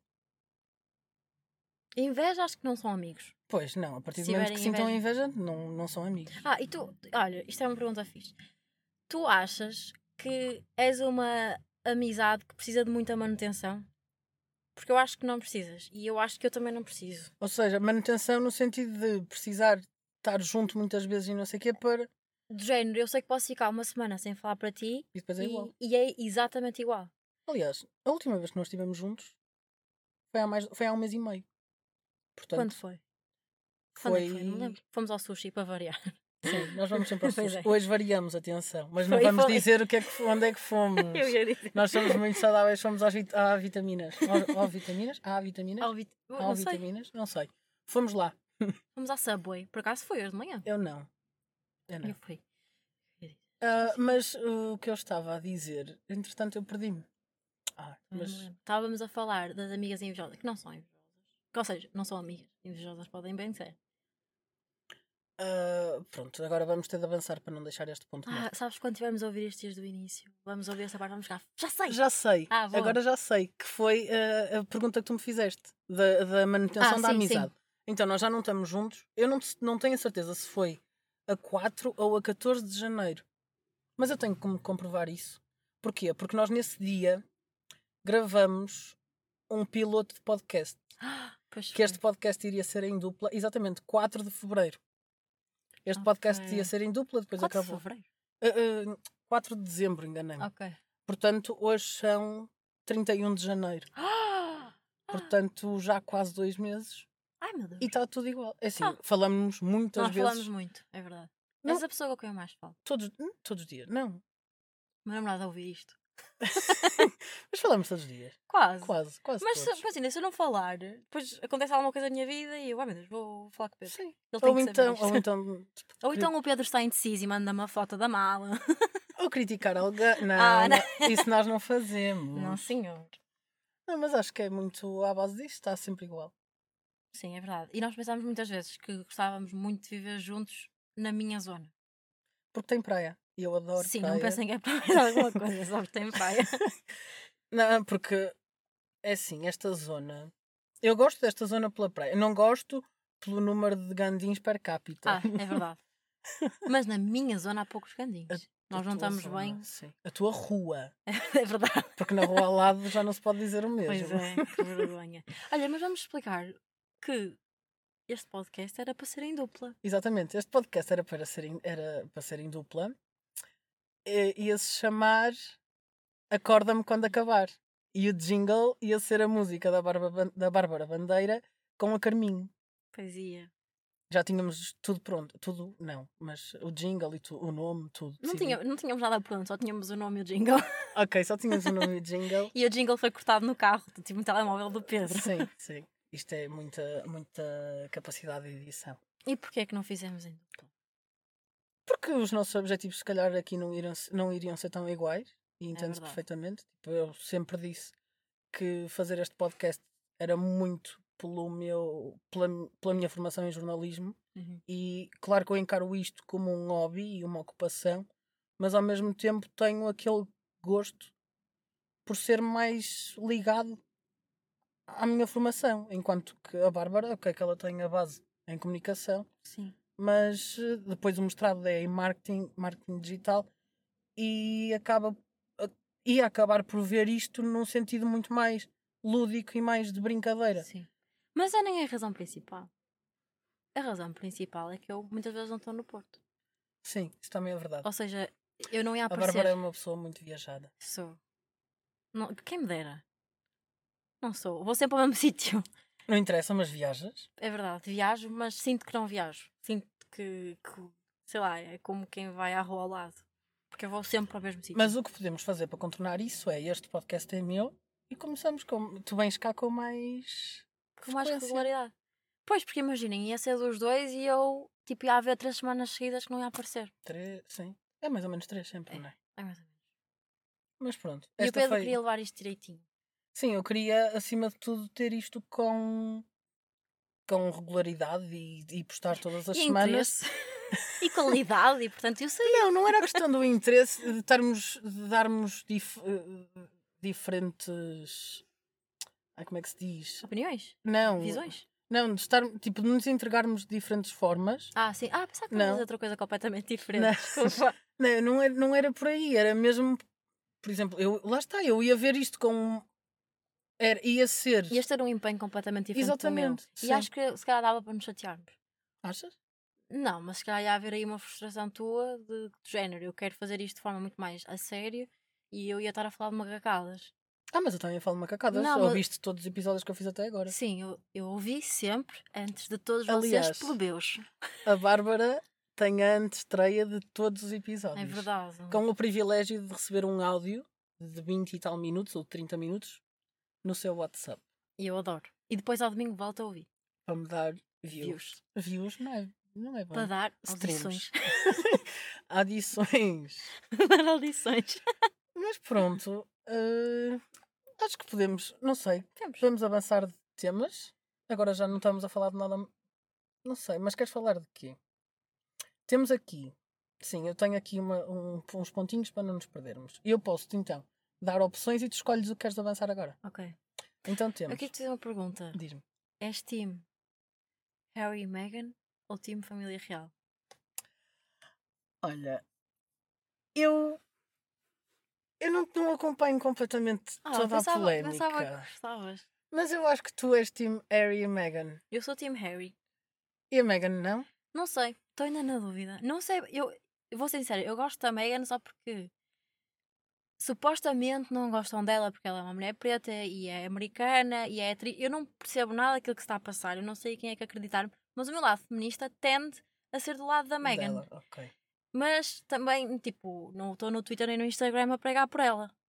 Inveja, acho que não são amigos. Pois, não, a partir do Se momento que tiverem sintam inveja, não, não são amigos. Ah, e tu, olha, isto é uma pergunta fixe. Tu achas que és uma amizade que precisa de muita manutenção? Porque eu acho que não precisas. E eu acho que eu também não preciso. Ou seja, manutenção no sentido de precisar estar junto muitas vezes e não sei o quê para... Do género, eu sei que posso ficar uma semana sem falar para ti E depois é igual. e, e é exatamente igual. Aliás, a última vez que nós estivemos juntos foi há, mais, foi há um mês e meio. Portanto, Quando foi? Quando é foi... que foi? Não me lembro. Fomos ao sushi para variar. Sim, nós vamos sempre ao Pois sushi. é. Hoje variamos, atenção. Mas não Foi, vamos foi. dizer o que é que, fo- onde é que fomos. Eu ia dizer. Nós somos muito saudáveis, fomos às vit à vitaminas. Ao, ao vitaminas? Há vitaminas? Ao vit... Há Não sei. vitaminas? Não sei. Fomos lá. Fomos à Subway. Por acaso foi hoje de manhã. Eu não. Eu não. Eu fui. Ah, mas uh, o que eu estava a dizer, entretanto eu perdi-me. Ah, Não me mas lembro. Estávamos a falar das amigas invejosas, que não são invejosas. Que, ou seja, não são amigas. Invejosas podem bem ser. ah, pronto, agora vamos ter de avançar para não deixar este ponto Ah, morto. sabes quando tivermos a ouvir estes dias do início? Vamos ouvir essa parte, vamos ficar. Já sei! Já sei, Ah, boa. agora já sei, que foi ah, a pergunta que tu me fizeste, da, da manutenção Ah, da sim, amizade. Então nós já não estamos juntos, eu não, não tenho a certeza se foi a quatro ou a catorze de janeiro. Mas eu tenho como comprovar isso. Porquê? Porque nós nesse dia gravamos um piloto de podcast. Pois Que este podcast iria ser em dupla, exatamente, quatro de fevereiro. Este podcast Ok. ia ser em dupla, depois quatro de acabou. fevereiro. Uh, uh, quatro de dezembro, enganei-me. Ok. Portanto, hoje são trinta e um de janeiro. Portanto, já quase dois meses. Ai meu Deus. E está tudo igual. É assim, Ah. falamos muitas Nós vezes. falamos muito, é verdade. Não. És a pessoa com quem eu mais falo. Todos, hum, todos os dias. Não. Meu namorado a ouvir isto. Mas falamos todos os dias. Quase. Quase, quase Mas se, todos. imagina, se eu não falar, depois acontece alguma coisa na minha vida e eu, ah meu Deus, vou falar com o Pedro. Sim. Ele tem Ou que então, saber ou isto. então, Ou então o Pedro está indeciso e manda uma foto da mala. ou criticar alguém. Não, Ah, não. não, isso nós não fazemos. Não, senhor. Não, mas acho que é muito à base disto, está sempre igual. Sim, é verdade. E nós pensámos muitas vezes que gostávamos muito de viver juntos na minha zona. Porque tem praia. E eu adoro Sim, praia. não pensem que é para mais alguma coisa, só porque tem praia. Não, porque é assim, esta zona. Eu gosto desta zona pela praia. Eu não gosto pelo número de gandins per capita. Ah, é verdade. Mas na minha zona há poucos A- gandins. A Nós não tua estamos zona, bem. Sim. A tua rua. É verdade. Porque na rua ao lado já não se pode dizer o mesmo. Pois é, que vergonha. Olha, mas vamos explicar que este podcast era para ser em dupla. Exatamente. Este podcast era para ser em, era para ser em dupla. E- Ia-se chamar Acorda-me quando acabar. E o jingle ia ser a música da Bárbara, da Bárbara Bandeira com a Carminho. Pois ia. Já tínhamos tudo pronto. Tudo, não. Mas o jingle e tu, o nome, tudo. Não, decidido. tinha, não tínhamos nada pronto, só tínhamos o nome e o jingle. Ok, só tínhamos o nome e o jingle. E o jingle foi cortado no carro, tipo no telemóvel do Pedro. Sim, sim. Isto é muita, muita capacidade de edição. E porquê é que não fizemos em dupla? Porque os nossos objetivos, se calhar, aqui não iriam, não iriam ser tão iguais. E entende-se verdade. perfeitamente. Tipo, eu sempre disse que fazer este podcast era muito pelo meu, pela, pela minha formação em jornalismo. Uhum. E claro que eu encaro isto como um hobby e uma ocupação, mas ao mesmo tempo tenho aquele gosto por ser mais ligado à minha formação. Enquanto que a Bárbara, ok, que ela tem a base em comunicação, Sim. mas eh, depois o mestrado é em marketing, marketing digital e acaba a- ia acabar por ver isto num sentido muito mais lúdico e mais de brincadeira. Sim. Mas essa nem é a razão principal. A razão principal é que eu muitas vezes não estou no Porto. Sim, isso também é verdade. Ou seja, eu não ia A aparecer. Bárbara é uma pessoa muito viajada. Sou. Não, quem me dera. Não sou. Vou sempre ao mesmo sítio. Não interessa, mas viajas? É verdade, viajo, mas sinto que não viajo. Sinto que, que, sei lá, é como quem vai à rua ao lado. Porque eu vou sempre ao mesmo sítio. Mas o que podemos fazer para contornar isso é este podcast é meu e começamos com. Tu vens cá com mais. Com mais frequência. regularidade. Pois, porque imaginem, ia ser dos dois e eu, tipo, ia haver três semanas seguidas que não ia aparecer. Três, sim. É mais ou menos três sempre, É. não é? É mais ou menos. Mas pronto. E o Esta Pedro foi... queria levar isto direitinho. Sim, eu queria, acima de tudo, ter isto com. com regularidade e, e postar todas as e semanas. interesse. e qualidade, e portanto eu sei. Não, não era a questão do interesse de, estarmos, de darmos dif- eh, diferentes. Ai, como é que se diz? Opiniões? Não. Visões? Não, de estar, tipo, de nos entregarmos de diferentes formas. Ah, sim. Ah, pensava que Não. não. Fazer outra coisa completamente diferente. Não. Desculpa. Não, não era, não era por aí, era mesmo, por exemplo, eu, lá está, eu ia ver isto com. Era, ia ser. Ias ter um empenho completamente diferente Exatamente, do meu. E sim. acho que se calhar dava para nos chatearmos. Achas? Não, mas se calhar ia haver aí uma frustração tua de, de género. Eu quero fazer isto de forma muito mais a sério e eu ia estar a falar de macacadas. Ah, mas eu também falo macacadas. Não, mas- Ouviste todos os episódios que eu fiz até agora. Sim, eu, eu ouvi sempre antes de todos Aliás, vocês plebeus. A Bárbara tem a antestreia de todos os episódios. É verdade. Com o privilégio de receber um áudio de vinte e tal minutos ou trinta minutos no seu WhatsApp. E eu adoro. E depois ao domingo volto a ouvir. Para me dar views. Views. Views não é, não é bom. Para dar Streams. audições. Adições. dar audições. Mas pronto, eh, acho que podemos, não sei, Temos. podemos avançar de temas. Agora já não estamos a falar de nada, não sei, mas queres falar de quê? Temos aqui, sim, eu tenho aqui uma- um- uns pontinhos para não nos perdermos. E eu posso-te então dar opções e tu escolhes o que queres avançar agora. Ok. Então Eu temos, quero te fazer uma pergunta. diz-me, És time Harry e Meghan ou time família real? olha, eu, eu não, não acompanho completamente Ah, toda pensava, a polémica, pensava que gostavas. mas eu acho que tu és time Harry e Meghan. Eu sou time Harry. E a Meghan não? Não sei, estou ainda na dúvida. Não sei, eu, eu vou ser sincera, eu gosto da Meghan só porque supostamente não gostam dela porque ela é uma mulher preta e é americana e é atriz. Eu não percebo nada daquilo que se está a passar, eu não sei quem é que acreditar, mas o meu lado feminista tende a ser do lado da Meghan. Dela, ok. Mas também, tipo, não estou no Twitter nem no Instagram a pregar por ela.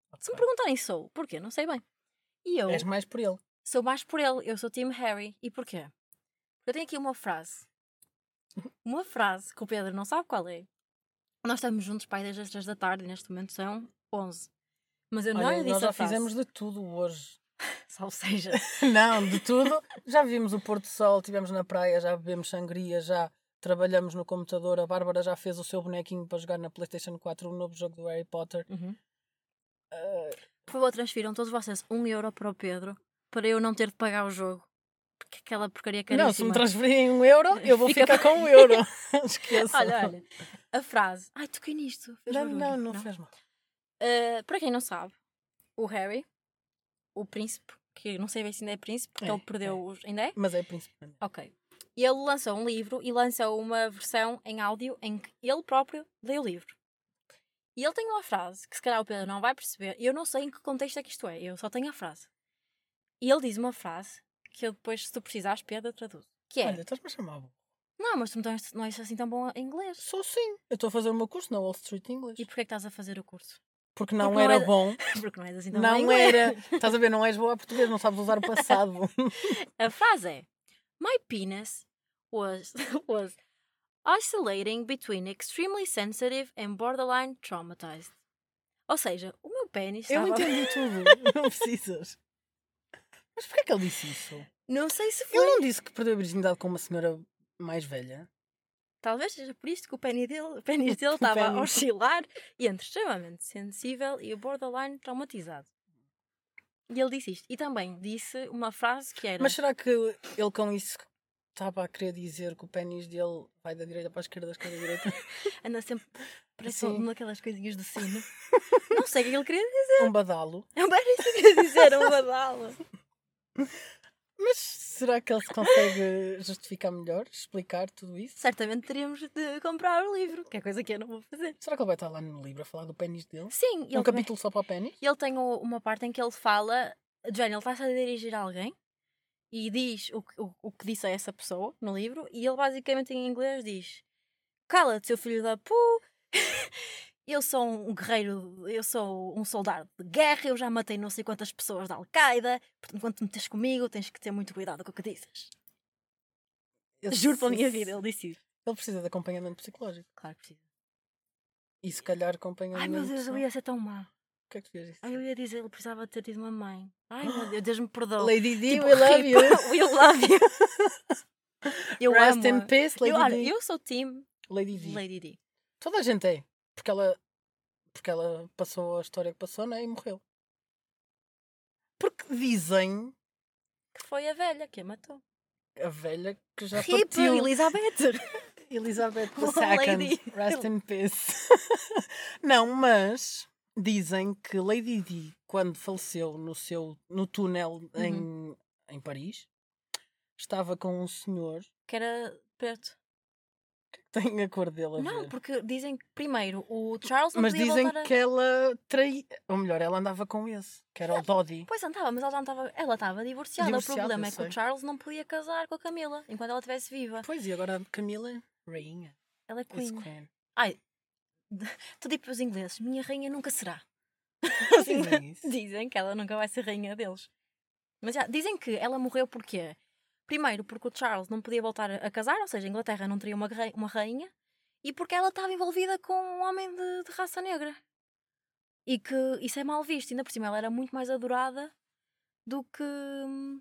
Se me perguntarem sou, porquê? Não sei bem. E eu És mais por ele. sou mais por ele, eu sou Team Harry. E porquê? Porque eu tenho aqui uma frase. Uma frase que o Pedro não sabe qual é. Nós estamos juntos, pai, desde as três da tarde e neste momento são onze. Mas eu não Olha, lhe disse nós já a frase. fizemos de tudo hoje. Salve seja. Não, de tudo. Já vimos o pôr do sol, estivemos na praia, já bebemos sangria, já trabalhamos no computador. A Bárbara já fez o seu bonequinho para jogar na PlayStation quatro, o novo jogo do Harry Potter. Uhum. Uh, Por favor, transfiram todos vocês um euro para o Pedro para eu não ter de pagar o jogo. Porque aquela porcaria caríssima. não, se me transferirem um euro, eu vou Fica ficar para- com um euro. Esqueça. Olha, olha. A frase. Ai, toquei nisto. Fez Não, barulho. não, não, fez mal. Uh, para quem não sabe, o Harry, o príncipe, que não sei bem se ainda é príncipe, porque É, ele perdeu é. os. Ainda é? Mas é príncipe. Ok. E ele lançou um livro e lançou uma versão em áudio em que ele próprio lê o livro. E ele tem uma frase que se calhar o Pedro não vai perceber. E eu não sei em que contexto é que isto é. Eu só tenho a frase. E ele diz uma frase que eu depois, se tu precisares, Pedro, traduzo. Que é... Olha, estás-me a chamar bom. Não, mas tu não és, não és assim tão bom em inglês. Sou sim. Eu estou a fazer o meu curso na Wall Street English. E porquê é que estás a fazer o curso? Porque não Porque não era é- bom. Porque não és assim tão bom em Não inglês. era. Estás a ver, não és boa a português, não sabes usar o passado. A frase é: My penis was, was oscillating between extremely sensitive and borderline traumatized. Ou seja, o meu pênis Eu estava... entendi tudo. Não precisas. Mas porquê é que ele disse isso? Não sei se foi... Ele não disse que perdeu a virgindade com uma senhora mais velha? Talvez seja por isto que o pênis dele, o pênis dele estava a Pênis. oscilar entre extremamente sensível e o borderline traumatizado. E ele disse isto. E também disse uma frase que era... Mas será que ele com isso estava a querer dizer que o pênis dele vai da direita para a esquerda, da esquerda à direita? Anda sempre... Parece Sim. uma daquelas coisinhas do sino. Não sei o que ele queria dizer. Um badalo. Não era isso que eu queria dizer, um badalo. Mas será que ele se consegue justificar melhor? Explicar tudo isso? Certamente teríamos de comprar o livro, que é coisa que eu não vou fazer. Será que ele vai estar lá no livro a falar do pênis dele? Sim, ele, Um capítulo só para o pênis? ele tem o- uma parte em que ele fala, Jane, ele está-se a dirigir a alguém e diz o, que- o, o que disse a essa pessoa no livro, e ele basicamente em inglês diz: Cala-te, seu filho da pu, eu sou um guerreiro, eu sou um soldado de guerra, eu já matei não sei quantas pessoas da Al-Qaeda, portanto, quando te metes comigo, tens que ter muito cuidado com o que dizes. Eu Juro pela minha sei- vida, ele disse isso. Ele precisa de acompanhamento psicológico. Claro que precisa. E se calhar acompanhamento. Ai meu Deus, eu pessoal- ia ser tão má. O que é que tu ias dizer? Ai, eu ia dizer, ele precisava ter tido uma mãe. Ai meu Deus, Deus me perdoe. Lady D, Tipo, we love rip, you. we love you. Eu Rest amo. in peace, Lady eu, olha, D. eu sou team Lady D. Lady D. Toda a gente é. Porque ela, porque ela passou a história que passou, né? E morreu. Porque dizem Que foi a velha que a matou. a velha que já Rip, partiu. Elizabeth. Elizabeth Oh, the Lady. Second. Rest in peace. Não, mas dizem que Lady Di, quando faleceu no, seu, no túnel em, em Paris, estava com um senhor Que era preto. que tem a cor dele a Não, ver. porque dizem que primeiro o Charles não Mas podia dizem voltar a... que ela traía. Ou melhor, ela andava com esse, que era o Doddy. Pois andava, mas ela já não estava... Ela estava divorciada. Divorciada, O problema é eu que o sei. Charles não podia casar com a Camila enquanto ela estivesse viva. Pois, e agora a Camila é rainha. Ela é Is queen. queen. Ai, tu digo para os ingleses, minha rainha nunca será. Dizem isso. Dizem que ela nunca vai ser rainha deles. Mas já, dizem que ela morreu porquê? Primeiro, porque o Charles não podia voltar a casar, ou seja, a Inglaterra não teria uma, rei- uma rainha, e porque ela estava envolvida com um homem de, de raça negra. E que isso é mal visto. Ainda por cima, ela era muito mais adorada do que. hum,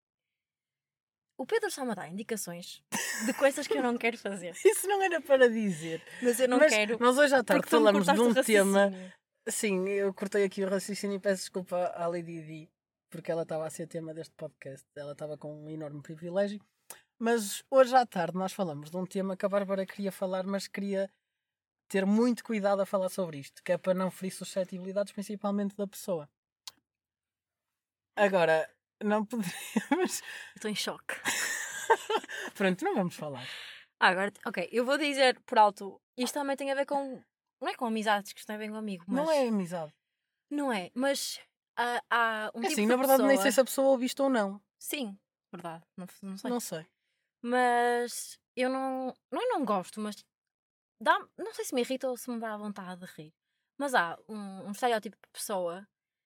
O Pedro está-me a dar indicações de coisas que eu não quero fazer. Isso não era para dizer. Mas eu não Mas quero. nós hoje à tarde Porque tu me falamos de cortaste um o tema. raciocínio. Sim, eu cortei aqui o raciocínio e peço desculpa à Lady Di, porque ela estava a ser tema deste podcast. Ela estava com um enorme privilégio. Mas hoje à tarde nós falamos de um tema que a Bárbara queria falar, mas queria ter muito cuidado a falar sobre isto, que é para não ferir suscetibilidades, principalmente da pessoa. Agora, não poderíamos. Estou em choque. Pronto, não vamos falar. Ah, agora, ok, eu vou dizer por alto, isto também tem a ver com, não é com amizades que estão bem comigo, mas... Não é amizade. Não é, mas há, há um É tipo assim, de na verdade, nem pessoa- sei se a pessoa ouve isto ou não. Sim, verdade, não, não sei. Não sei. Mas eu não, não, é não gosto, mas dá, não sei se me irrita ou se me dá vontade de rir. Mas há um, um estereótipo de pessoa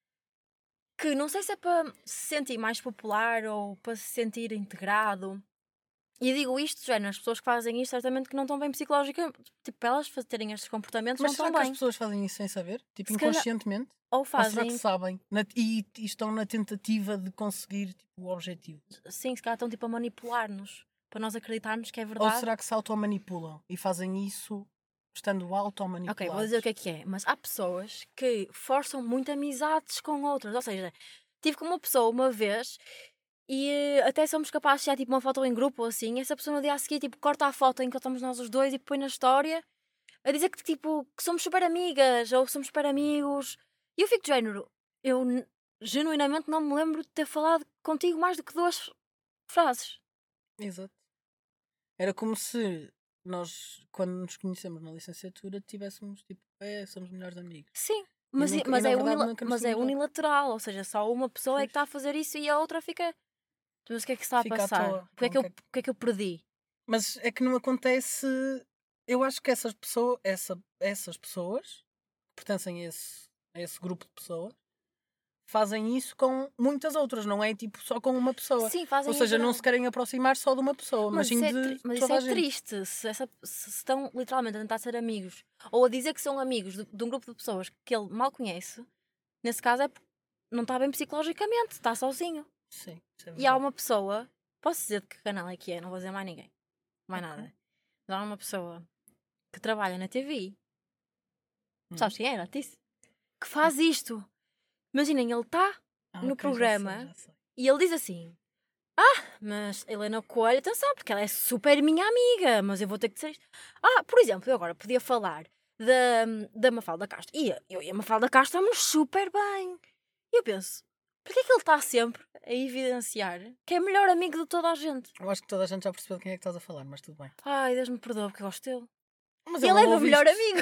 que não sei se é para se sentir mais popular ou para se sentir integrado. E eu digo isto, já, as pessoas que fazem isto certamente que não estão bem psicológicamente. Tipo, elas faz- terem estes comportamentos Mas não será estão que as bem. pessoas fazem isso sem saber? Tipo, Se calhar- inconscientemente? Ou Ou será que fazem, sabem na- e, e estão na tentativa de conseguir tipo, o objetivo? sim, se calhar estão tipo a manipular-nos para nós acreditarmos que é Ou verdade. será que se automanipulam e fazem isso estando automanipular? Ok, vou dizer o que é que é. Mas há pessoas que forçam muito amizades com outras. Ou seja, tive com uma pessoa uma vez e eh, até somos capazes de tirar tipo uma foto em grupo ou assim. Essa pessoa no dia a seguir tipo, corta a foto em que estamos nós os dois e põe na história a dizer que tipo que somos super amigas ou somos super amigos. E eu fico de género. Eu n- genuinamente não me lembro de ter falado contigo mais do que duas frases. Exato. Era como se nós, quando nos conhecemos na licenciatura, tivéssemos tipo, é, somos melhores amigos. Sim, mas, nunca- e mas, na é, verdade unila- nunca nos mas é tínhamos dado. unilateral, ou seja, só uma pessoa é que Pois. está a fazer isso e a outra fica. Mas o que é que se está a Fica à passar? toa, O que, é não que eu, quer- o que é que eu perdi? Mas é que não acontece. Eu acho que essas pessoas, essa, essas pessoas que pertencem a esse, a esse grupo de pessoas fazem isso com muitas outras, não é tipo só com uma pessoa. Sim, fazem Ou em seja, não geral. se querem aproximar só de uma pessoa, mas, Mas sim isso é, de tri- mas isso toda é a gente. triste. Se, essa, se estão literalmente a tentar ser amigos ou a dizer que são amigos de, de um grupo de pessoas que ele mal conhece, nesse caso é porque não está bem psicologicamente, está sozinho. Sim, isso é E há verdade. uma pessoa, posso dizer de que canal é que é, não vou dizer mais ninguém, mais Ok. nada. Mas há uma pessoa que trabalha na T V I, Hum. sabes quem era? Disse. Que faz isto. Imaginem, ele está Ah, no ok, programa já sei, já sei. e ele diz assim: Ah, mas Helena Coelho, atenção, porque ela é super minha amiga, mas eu vou ter que dizer isto. Ah, por exemplo, eu agora podia falar da, da Mafalda Castro. E eu e a Mafalda Castro estamos super bem. E eu penso: porquê é que ele está sempre a evidenciar que é melhor amigo de toda a gente? Eu acho que toda a gente já percebeu de quem é que estás a falar, mas tudo bem. Ai, Deus me perdoa, porque eu gosto dele. Mas E ele ele é não meu ouve melhor isto. amigo.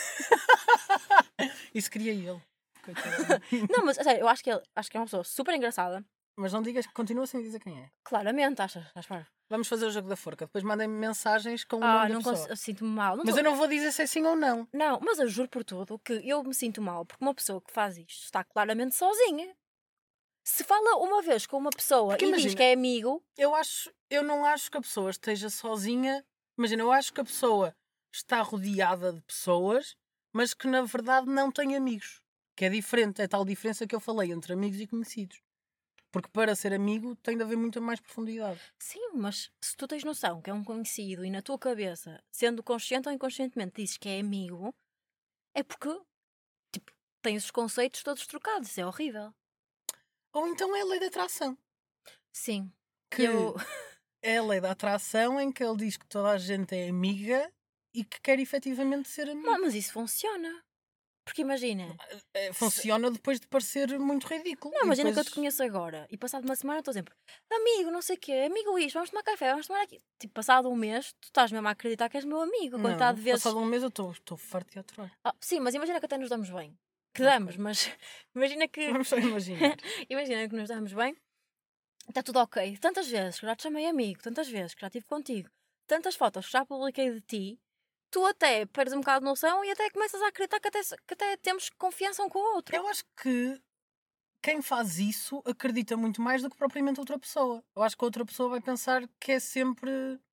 Isso queria ele. Coitado. Não, mas a sério, eu acho que, ele, acho que é uma pessoa super engraçada. Mas não digas, continua sem dizer quem é. Claramente, achas? Achas parvo? Vamos fazer o jogo da forca. Depois mandem-me mensagens com o Ah, nome da não pessoa. consigo, eu sinto-me mal. Não Mas tô- eu não vou dizer se é sim ou não. Não, mas eu juro por tudo que eu me sinto mal porque uma pessoa que faz isto está claramente sozinha. Se fala uma vez com uma pessoa Porque e diz imagina- que é amigo, Eu acho, eu não acho que a pessoa esteja sozinha. Imagina, eu acho que a pessoa está rodeada de pessoas, mas que na verdade não tem amigos. Que é diferente, é tal diferença que eu falei entre amigos e conhecidos. Porque para ser amigo tem de haver muita mais profundidade. sim, mas se tu tens noção que é um conhecido e na tua cabeça, sendo consciente ou inconscientemente, dizes que é amigo, é porque, tipo, tens os conceitos todos trocados. Isso é horrível. Ou então é a lei da atração. Sim. Que Eu... é a lei da atração em que ele diz que toda a gente é amiga e que quer efetivamente ser amigo. Mas, mas isso funciona. Porque imagina, É, funciona depois de parecer muito ridículo. não, E imagina que eu depois- te conheço agora e passado uma semana eu estou sempre amigo, não sei o quê, amigo isto, vamos tomar café, vamos tomar aqui. Tipo, passado um mês, tu estás mesmo a acreditar que és meu amigo. A quantidade Não, de vezes. passado um mês eu estou farto de aturar. Ah, sim, mas imagina que até nos damos bem. Que Ok. damos, mas imagina que. Vamos só imaginar. Imagina que nos damos bem, está tudo ok. Tantas vezes que já te chamei amigo, tantas vezes que já estive contigo, tantas fotos que já publiquei de ti, tu até perdes um bocado de noção e até começas a acreditar que até, que até temos confiança um com o outro. Eu acho que quem faz isso acredita muito mais do que propriamente outra pessoa. Eu acho que a outra pessoa vai pensar que é sempre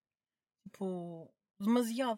tipo demasiado.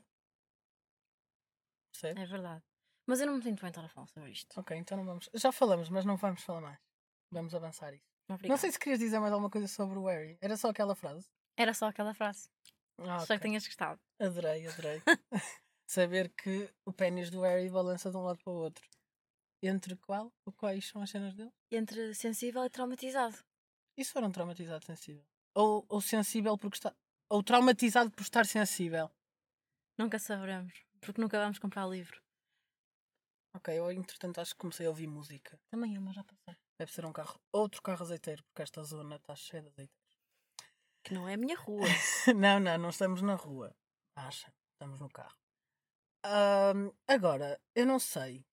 Percebes? É verdade. Mas eu não me sinto bem estar a falar sobre isto. Ok, então não vamos. Já falamos, mas não vamos falar mais. Vamos avançar isso. Obrigada. Não sei se querias dizer mais alguma coisa sobre o Harry. Era só aquela frase? Era só aquela frase. Ah, Espero ok. que tenhas gostado. Adorei, adorei. Saber que o pênis do Harry balança de um lado para o outro. Entre qual? O quais são as cenas dele? Entre sensível e traumatizado. E se for um traumatizado sensível? Ou, ou sensível porque está. Ou traumatizado por estar sensível? Nunca saberemos. Porque nunca vamos comprar livro. Ok, eu entretanto acho que comecei a ouvir música. Também eu, mas já passei. Deve ser um carro. Outro carro azeiteiro, porque esta zona está cheia de azeiteiros. Que não é a minha rua. Não, não, não estamos na rua. Acha, estamos no carro. Ahm, agora, eu não sei.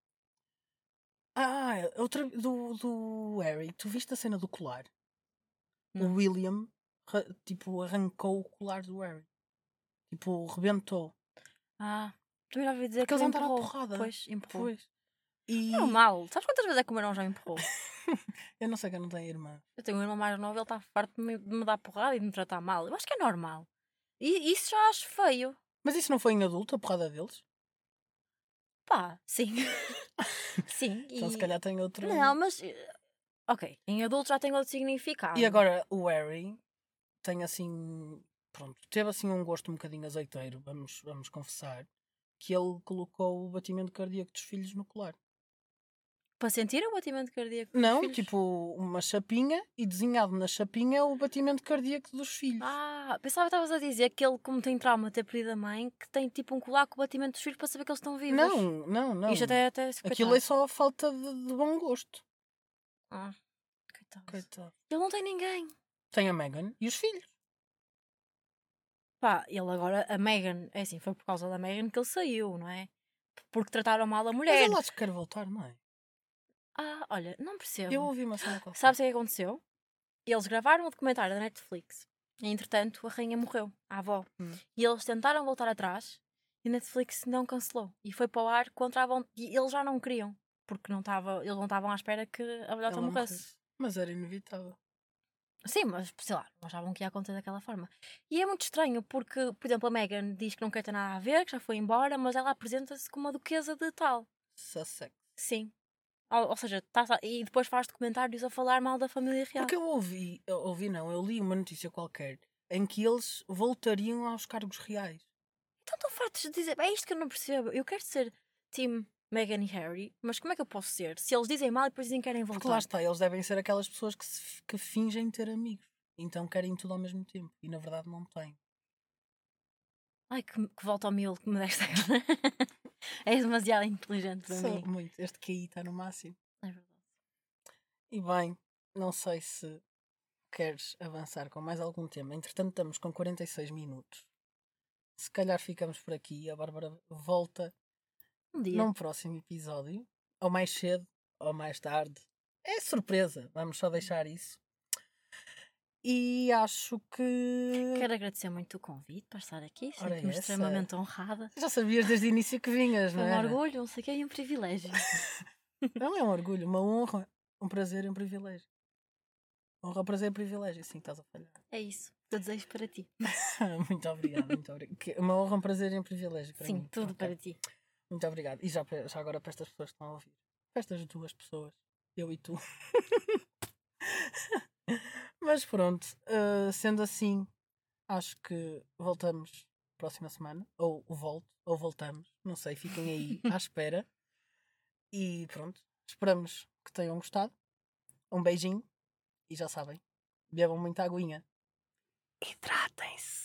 Ah, outra do, do Harry. Tu viste a cena do colar? Não. O William, ra- tipo, arrancou o colar do Harry. Tipo, rebentou. Ah, também já ouvi dizer Porque que eles ele andaram à empurrou. porrada. Pois, empurrou. Pois. E Normal. Sabes quantas vezes é que o meu irmão já me empurrou? eu não sei que eu não tenho irmã. Eu tenho um irmão mais novo, ele está farto de me, de me dar porrada e de me tratar mal. Eu acho que é normal. E isso já acho feio. Mas isso não foi em adulto, a porrada deles? Pá, sim. Sim. Então se E... calhar tem outro... Não, mas... eh, Ok, em adulto já tem outro significado. E agora o Harry tem assim... Pronto, teve assim um gosto um bocadinho azeiteiro, vamos, vamos confessar, que ele colocou o batimento cardíaco dos filhos no colar. Para sentir o batimento cardíaco dos Não, filhos? tipo uma chapinha e desenhado na chapinha o batimento cardíaco dos filhos. Ah, pensava que estavas a dizer que ele, como tem trauma de ter perdido a mãe, que tem tipo um colar com o batimento dos filhos para saber que eles estão vivos. Não, não, não. Isto até, até Aquilo é só a falta de, de bom gosto. Ah, coitado. Coitado. Ele não tem ninguém. Tem a Meghan e os filhos. Pá, ele agora, a Meghan, é assim, foi por causa da Meghan que ele saiu, não é? Porque trataram mal a Mas mulher. ele acho que quer voltar, não é? Ah, olha, não percebo. Eu ouvi uma cena qualquer. Sabes o que é que aconteceu? Eles gravaram um documentário da Netflix. E, entretanto, a rainha morreu, a avó. Hum. E eles tentaram voltar atrás e a Netflix não cancelou. E foi para o ar contra a vontade. E eles já não queriam. Porque não tava, eles não estavam à espera que a velhota Ela morresse. morresse. Mas era inevitável. Sim, mas sei lá, não achavam que ia acontecer daquela forma. E é muito estranho porque, por exemplo, a Meghan diz que não quer ter nada a ver, que já foi embora, mas ela apresenta-se como uma duquesa de tal. Sussex. Sim. Ou, ou seja, tá, e depois faz documentários a falar mal da família real. Porque eu ouvi, eu ouvi não, eu li uma notícia qualquer em que eles voltariam aos cargos reais. Então estão fartos de dizer, é isto que eu não percebo. Eu quero ser Team Meghan e Harry, mas como é que eu posso ser? Se eles dizem mal e depois dizem que querem voltar. Porque lá está, eles devem ser aquelas pessoas que, se, que fingem ter amigos. Então querem tudo ao mesmo tempo. E na verdade não têm. Ai, que, que volta ao miolo que me deste agora. És demasiado inteligente para Só mim. muito. Este Q I está no máximo. É verdade. E bem, não sei se queres avançar com mais algum tema. Entretanto, estamos com quarenta e seis minutos. Se calhar ficamos por aqui. A Bárbara volta Um dia. num próximo episódio. Ou mais cedo, ou mais tarde. É surpresa. Vamos só deixar isso. E acho que. Quero agradecer muito o convite para estar aqui. Ora, Sinto-me essa. extremamente honrada. Já sabias desde o início que vinhas, Foi não um é? orgulho, não sei o que, e um privilégio. Não é um orgulho, uma honra, um prazer e um privilégio. Honra, prazer e privilégio, sim, estás a falhar. É isso. Eu desejo para ti. Muito obrigado, muito obrigado. Que- Uma honra, um prazer e um privilégio para Sim, mim. tudo Ok. para ti. Muito obrigado. E já, para- já agora para estas pessoas que estão a ouvir. Para estas duas pessoas. Eu e tu. Mas pronto, uh, sendo assim, acho que voltamos próxima semana. Ou volto, ou voltamos. Não sei, fiquem aí à espera. E pronto, esperamos que tenham gostado. Um beijinho. E já sabem, bebam muita aguinha. Hidratem-se.